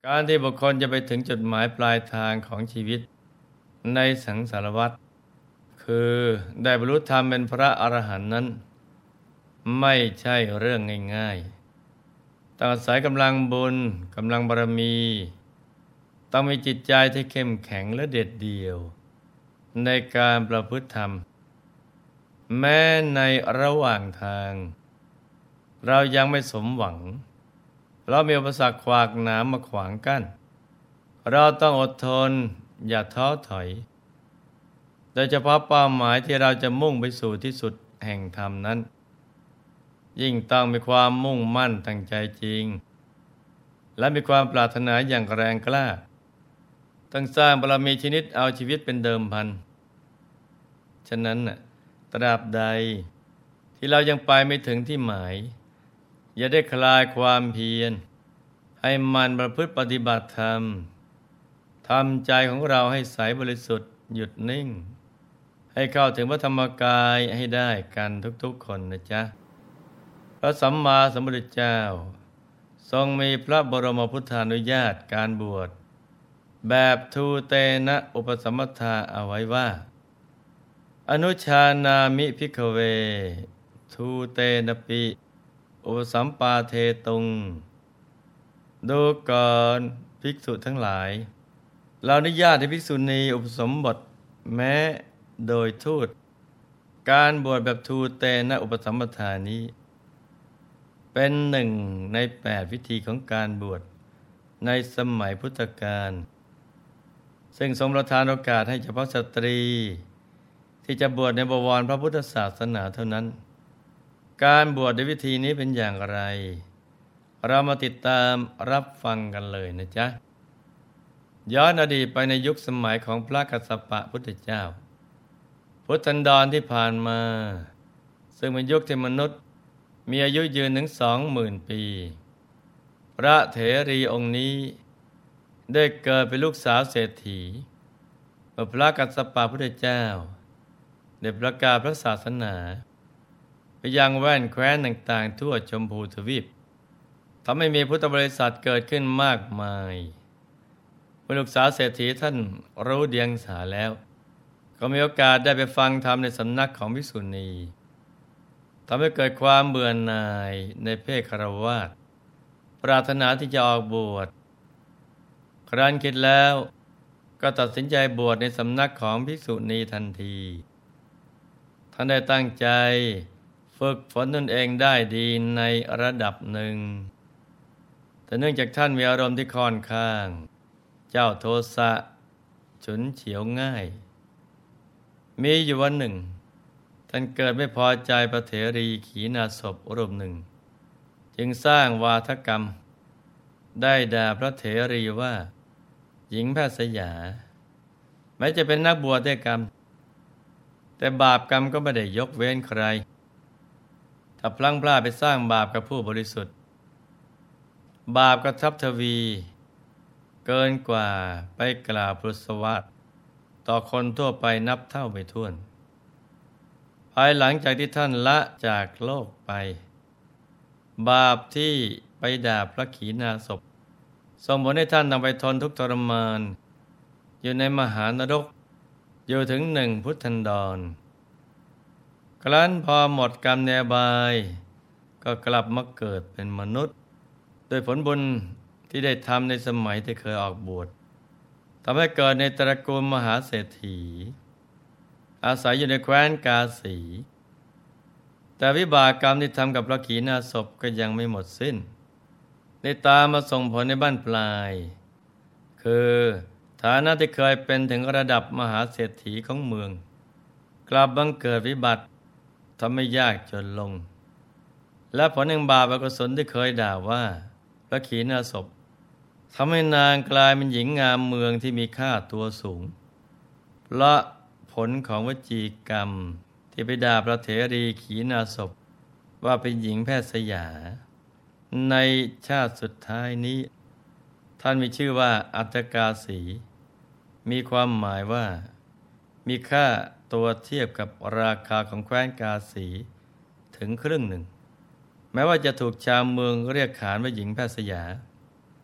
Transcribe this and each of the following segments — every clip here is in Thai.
การที่บุคคลจะไปถึงจุดหมายปลายทางของชีวิตในสังสารวัฏคือได้บรรลุธรรมเป็นพระอรหันต์นั้นไม่ใช่เรื่องง่ายๆต้องอาศัยกำลังบุญกำลังบารมี ต้องมีจิตใจที่เข้มแข็งและเด็ดเดี่ยวในการประพฤติธรรมแม้ในระหว่างทางเรายังไม่สมหวังเรามีอุปสรรคขวากหนามมาขวางกั้นเราต้องอดทนอย่าท้อถอยโดยเฉพาะเป้าหมายที่เราจะมุ่งไปสู่ที่สุดแห่งธรรมนั้นยิ่งต้องมีความมุ่งมั่นตั้งใจจริงและมีความปรารถนาอย่างแรงกล้าต้องสร้างบารมีชนิดเอาชีวิตเป็นเดิมพันฉะนั้นตราบใดที่เรายังไปไม่ถึงที่หมายอย่าได้คลายความเพียรให้มันประพฤติปฏิบัติธรรมทำใจของเราให้ใสบริสุทธิ์หยุดนิ่งให้เข้าถึงพระธรรมกายให้ได้กันทุกๆคนนะจ๊ะพระสัมมาสัมพุทธเจ้าทรงมีพระบรมพุทธานุญาตการบวชแบบทูเตนะอุปสัมมทาเอาไว้ว่าอนุชานามิภิกขเวทูเตนะปิอุปสัมปาเทตุงดูก่อนภิกษุทั้งหลายเราอนุญาตให้ภิกษุณีอุปสมบทแม้โดยทูตการบวชแบบทูเตนะอุปสัมปทานี้เป็นหนึ่งใน8วิธีของการบวชในสมัยพุทธกาลซึ่งทรงประทานโอกาสให้เฉพาะสตรีที่จะบวชในบวรพระพุทธศาสนาเท่านั้นการบวชในวิธีนี้เป็นอย่างไรเรามาติดตามรับฟังกันเลยนะจ๊ะย้อนอดีตไปในยุคสมัยของพระกัสสปะพุทธเจ้าพุทธันดรที่ผ่านมาซึ่งเป็นยุคที่มนุษย์มีอายุยืนถึง20,000 ปีพระเถรีองค์นี้ได้เกิดเป็นลูกสาวเศรษฐีเมื่อพระกัสสปะพุทธเจ้าได้ประกาศพระศาสนาไปยังแว่นแคว้นต่างๆทั่วชมพูทวีปทำให้มีพุทธบริษัทเกิดขึ้นมากมายเมื่อลูกสาวเศรษฐีท่านรู้เดียงสาแล้วก็มีโอกาสได้ไปฟังธรรมในสำนักของภิกษุณีทำให้เกิดความเบื่อหน่ายในเพศฆราวาสปรารถนาที่จะออกบวชครั้นคิดแล้วก็ตัดสินใจบวชในสำนักของภิกษุณีทันทีท่านได้ตั้งใจฝึกฝนตนเองได้ดีในระดับหนึ่งแต่เนื่องจากท่านมีอารมณ์ที่ค่อนข้างเจ้าโทสะฉุนเฉียวง่ายมีอยู่วันหนึ่งท่านเกิดไม่พอใจพระเถรีขีณาสพรูปหนึ่งจึงสร้างวาทกรรมได้ด่าพระเถรีว่าหญิงแพทย์สยาแม้จะเป็นนักบวชด้วยกรรมแต่บาปกรรมก็ไม่ได้ยกเว้นใครถ้าพลั้งพลาดไปสร้างบาปกับผู้บริสุทธิ์บาปก็ทับทวีเกินกว่าไปกล่าวพุทธสวัสดิ์ต่อคนทั่วไปนับเท่าไม่ถ้วนภายหลังจากที่ท่านละจากโลกไปบาปที่ไปด่าพระขีณาสพส่งผลให้ท่านต้องไปทนทุกข์ทรมานอยู่ในมหานรกอยู่ถึง1 พุทธันดรครั้นพอหมดกรรมในอบายก็กลับมาเกิดเป็นมนุษย์โดยผลบุญที่ได้ทำในสมัยที่เคยออกบวชทำให้เกิดในตระกูลมหาเศรษฐีอาศัยอยู่ในแคว้นกาสีแต่วิบากกรรมที่ทำกับพระขีณาสพก็ยังไม่หมดสิ้นได้ตามมาส่งผลในบั้นปลายคือฐานะที่เคยเป็นถึงระดับมหาเศรษฐีของเมืองกลับบังเกิดวิบัติทำให้ยากจนลงและผลแห่งบาปอกุศลที่เคยด่าว่าพระขีณาสพทำให้นางกลายเป็นหญิงงามเมืองที่มีค่าตัวสูงเพราะผลของวจีกรรมที่ไปด่าพระเถรีขีณาสพว่าเป็นหญิงแพทย์สยาในชาติสุดท้ายนี้ท่านมีชื่อว่าอัตตกาสีมีความหมายว่ามีค่าตัวเทียบกับราคาของแคว้นกาสีถึงครึ่งหนึ่งแม้ว่าจะถูกชาวเมืองเรียกขานว่าหญิงแพทย์สยา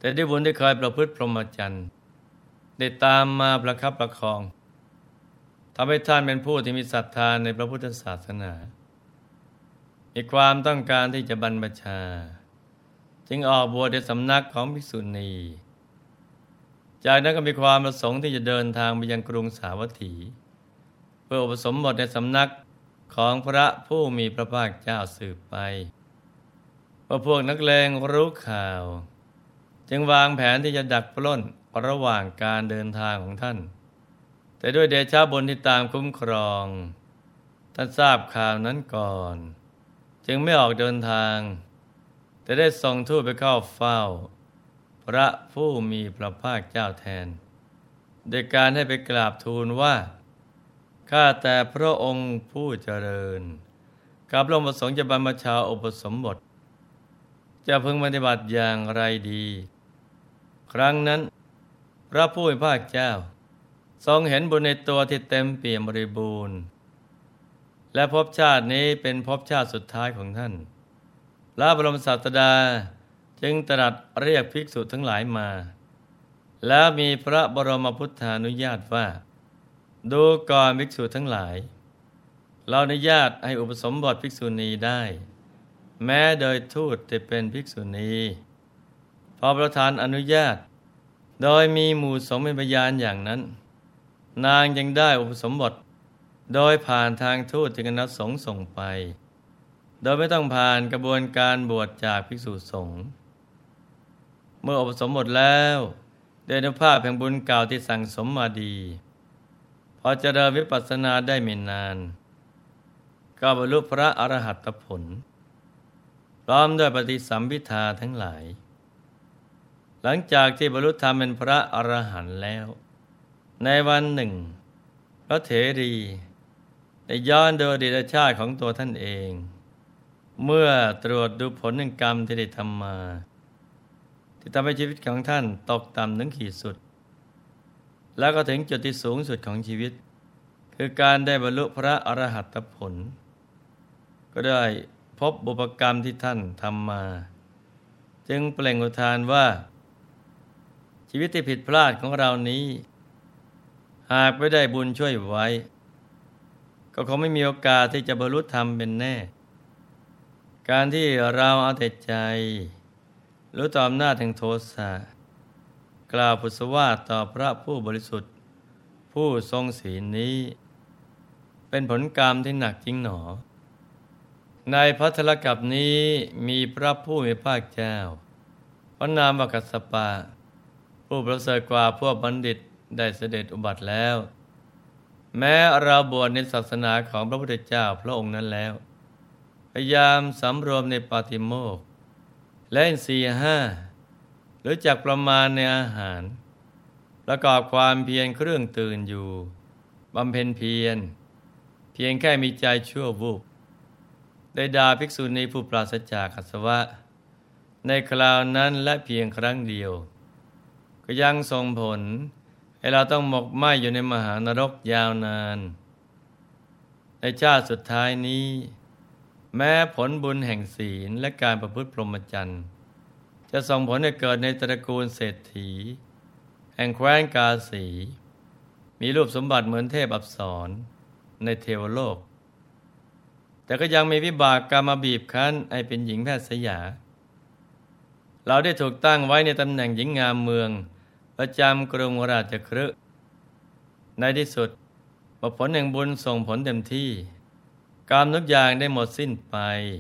แต่ด้วยบุญที่เคยประพฤติพรหมจรรย์ได้ตามมาประคับประคองทำให้ท่านเป็นผู้ที่มีศรัทธาในพระพุทธศาสนามีความต้องการที่จะบรรพชาจึงออกบวชในสำนักของภิกษุณีจากนั้นก็มีความประสงค์ที่จะเดินทางไปยังกรุงสาวัตถีเพื่ออุปสมบทในสำนักของพระผู้มีพระภาคเจ้าสืบไปเมื่อพวกนักเลงรู้ข่าวจึงวางแผนที่จะดักปล้นระหว่างการเดินทางของท่านแต่ด้วยเดชะบุญที่ตามคุ้มครองท่านทราบข่าวนั้นก่อนจึงไม่ออกเดินทางแต่ได้ส่งทูตไปเข้าเฝ้าพระผู้มีพระภาคเจ้าแทนโดยการให้ไปกราบทูลว่าข้าแต่พระองค์ผู้เจริญข้าพระองค์ประสงค์จะบรรพชาอุปสมบทจะพึงปฏิบัติอย่างไรดีครั้งนั้นพระผู้มีพระภาคเจ้าทรงเห็นบุญในตัวที่เต็มเปี่ยมบริบูรณ์และภพชาตินี้เป็นภพชาติสุดท้ายของท่านพระบรมศาสดาจึงตรัสเรียกภิกษุทั้งหลายมาแล้วมีพระบรมพุทธานุญาตว่าดูก่อนภิกษุทั้งหลายเราอนุญาตให้อุปสมบทภิกษุณีได้แม้โดยทูตที่เป็นภิกษุณีพอประธานอนุญาตโดยมีหมู่สงฆ์เป็นพยานอย่างนั้นนางยังได้อุปสมบทโดยผ่านทางทูตที่คณะสงฆ์ส่งไปโดยไม่ต้องผ่านกระบวนการบวชจากภิกษุสงฆ์เมื่ออุปสมบทแล้วด้วยอนุภาพแห่งบุญเก่าที่สั่งสมมาดีพอเจริญวิปัสสนาได้ไม่นานก็บรรลุพระอรหัตผลพร้อมด้วยปฏิสัมภิทาทั้งหลายหลังจากที่บรรลุธรรมเป็นพระอรหันต์แล้วในวันหนึ่งพระเถรีได้ย้อนดูอดีตชาติของตัวท่านเองเมื่อตรวจดูผลแห่งกรรมที่ได้ทำมาที่ทำให้ชีวิตของท่านตกต่ำถึงขีดสุดแล้วก็ถึงจุดที่สูงสุดของชีวิตคือการได้บรรลุพระอรหัตผลก็ได้พบบุพกรรมที่ท่านทำมาจึงเปล่งอุทานว่าชีวิตที่ผิดพลาดของเรานี้หากไม่ได้บุญช่วยไว้ก็คงไม่มีโอกาสที่จะบรรลุธรรมเป็นแน่การที่เราเอาแต่ใจรู้ต่ออำนาจแห่งโทสะกล่าวพุทธวาทต่อพระผู้บริสุทธิ์ผู้ทรงศีลนี้เป็นผลกรรมที่หนักจริงหนอในภัททรกัปนี้มีพระผู้มีพระภาคเจ้าพระนามว่ากัสสปะผู้ประเสริฐกว่าพวกบัณฑิตได้เสด็จอุบัติแล้วแม้เราบวชในศาสนาของพระพุทธเจ้าพระองค์นั้นแล้วพยายามสำรวมในปาติโมกข์และอินทรีย์ห้าหรือจักประมาณในอาหารประกอบความเพียรเครื่องตื่นอยู่บำเพ็ญเพียรเพียงแค่มีใจชั่ววูบได้ด่าภิกษุณีผู้ปราศจากอาสวะในคราวนั้นและเพียงครั้งเดียวก็ยังส่งผลให้เราต้องหมกไหม้อยู่ในมหานรกยาวนานในชาติสุดท้ายนี้แม้ผลบุญแห่งศีลและการประพฤติพรหมจรรย์จะส่งผลให้เกิดในตระกูลเศรษฐีแห่งแคว้นกาสีมีรูปสมบัติเหมือนเทพอัปสรในเทวโลกแต่ก็ยังมีวิบากกรรมมาบีบคั้นให้เป็นหญิงแพทย์สยาเราได้ถูกตั้งไว้ในตำแหน่งหญิงงามเมืองประจำกรุงราชคฤห์ในที่สุดผลแห่งบุญส่งผลเต็มที่กรรมทุกอย่างได้หมดสิ้นไป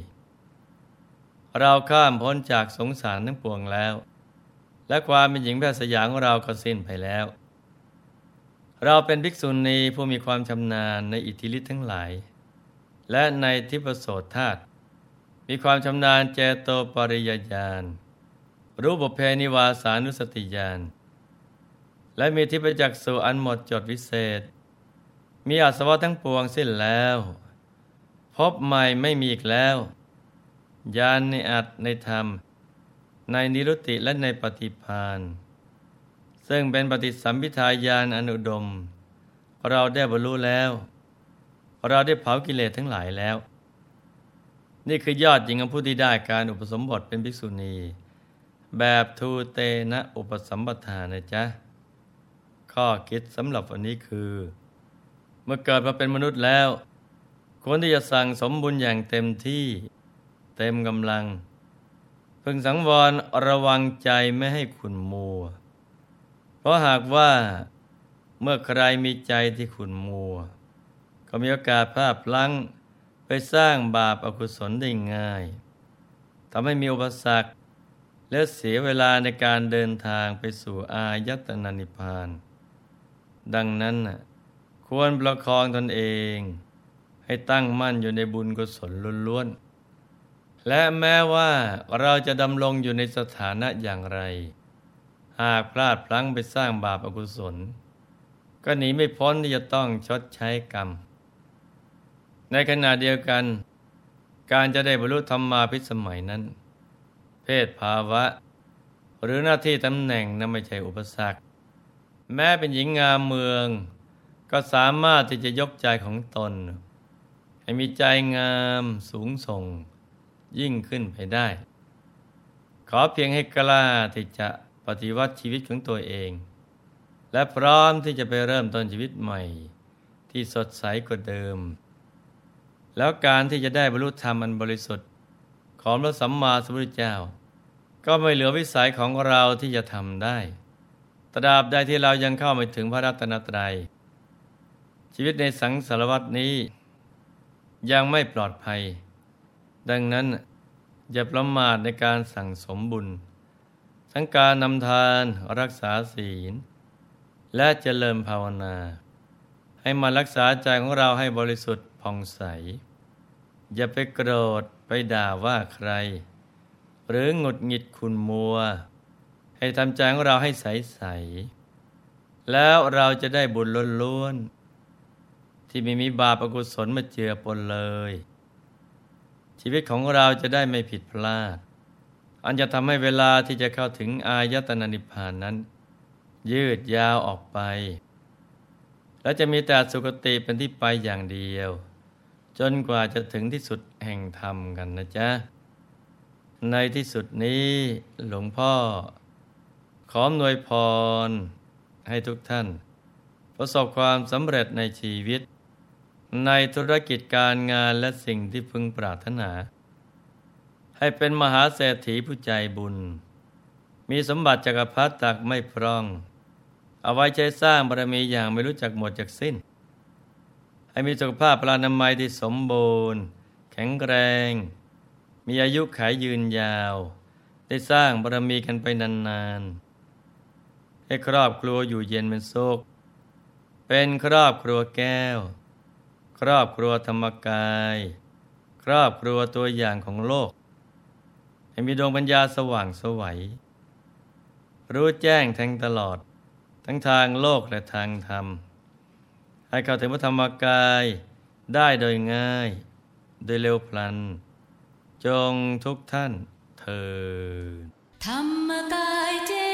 เราข้ามพ้นจากสงสารทั้งปวงแล้วและความเป็นหญิงแพทย์สยามของเราก็สิ้นไปแล้วเราเป็นภิกษุณีผู้มีความชำนาญในอิทธิฤทธิ์ทั้งหลายและในทิพโสตธาตุมีความชำนาญเจโตปริยญาณรู้บุพเพนิวาสานุสติญาณและมีทิพจักษุอันหมดจดวิเศษมีอาสวะทั้งปวงสิ้นแล้วพบใหม่ไม่มีอีกแล้วญาณในอัตในธรรมในนิรุตติและในปฏิภาณซึ่งเป็นปฏิสัมภิทาญาณอนุดมเราได้บรรลุแล้วเราได้เผากิเลสทั้งหลายแล้วนี่คือยอดหญิงของผู้ที่ได้การอุปสมบทเป็นภิกษุณีแบบทูเตนะอุปสัมปทานะจ๊ะข้อคิดสำหรับวันนี้คือ เมื่อเกิดมาเป็นมนุษย์แล้วควรที่จะสั่งสมบุญอย่างเต็มที่เต็มกำลังพึงสังวรระวังใจไม่ให้ขุ่นมัวเพราะหากว่าเมื่อใครมีใจที่ขุ่นมัวก็มีโอกาสพลาดพลั้งไปสร้างบาปอกุศลได้ง่ายทำให้มีอุปสรรคและเสียเวลาในการเดินทางไปสู่อายตนะนิพพานดังนั้นควรประคองตนเองให้ตั้งมั่นอยู่ในบุญกุศลล้วนๆและแม้ว่าเราจะดำรงอยู่ในสถานะอย่างไรหากพลาดพลั้งไปสร้างบาปอกุศลก็หนีไม่พ้นที่จะต้องชดใช้กรรมในขณะเดียวกันการจะได้บรรลุธรรมาภิสมัยนั้นเพศภาวะหรือหน้าที่ตำแหน่งนั้นไม่ใช่อุปสรรคแม้เป็นหญิงงามเมืองก็สามารถที่จะยกใจของตนให้มีใจงามสูงส่งยิ่งขึ้นไปได้ขอเพียงให้กล้าที่จะปฏิวัติชีวิตของตัวเองและพร้อมที่จะไปเริ่มต้นชีวิตใหม่ที่สดใสกว่าเดิมแล้วการที่จะได้บรรลุธรรมอันบริสุทธิ์ของพระสัมมาสัมพุทธเจ้าก็ไม่เหลือวิสัยของเราที่จะทำได้ตราบใดที่เรายังเข้าไม่ถึงพระรัตนตรัยชีวิตในสังสารวัฏนี้ยังไม่ปลอดภัยดังนั้นอย่าประมาทในการสั่งสมบุญทั้งการนำทานรักษาศีลและเจริญภาวนาให้มันรักษาใจของเราให้บริสุทธิ์ผ่องใสอย่าไปโกรธไปด่าว่าใครหรือหงุดหงิดขุ่นมัวให้ทำใจของเราให้ใสๆแล้วเราจะได้บุญล้วนๆที่ไม่มีบาปอกุศลมาเจือปนเลยชีวิตของเราจะได้ไม่ผิดพลาดอันจะทำให้เวลาที่จะเข้าถึงอายตนะนิพพานนั้นยืดยาวออกไปและจะมีแต่สุคติเป็นที่ไปอย่างเดียวจนกว่าจะถึงที่สุดแห่งธรรมกันนะจ๊ะในที่สุดนี้หลวงพ่อขออำนวยพรให้ทุกท่านประสบความสำเร็จในชีวิตในธุรกิจการงานและสิ่งที่พึงปรารถนาให้เป็นมหาเศรษฐีผู้ใจบุญมีสมบัติจักรพรรดิตักไม่พร่องเอาไว้ใช้สร้างบารมีอย่างไม่รู้จักหมดจักสิ้นให้มีสุขภาพพลานามัยที่สมบูรณ์แข็งแรงมีอายุขัยยืนยาวได้สร้างบารมีกันไปนานๆให้ครอบครัวอยู่เย็นเป็นสุขเป็นครอบครัวแก้วครอบครัวธรรมกายครอบครัวตัวอย่างของโลกให้มีดวงปัญญาสว่างไสวรู้แจ้งแทงตลอดทั้งทางโลกและทางธรรมให้เข้าถึงพระธรรมกายได้โดยง่ายโดยเร็วพลันจงทุกท่านเถิดธรรมกายเจ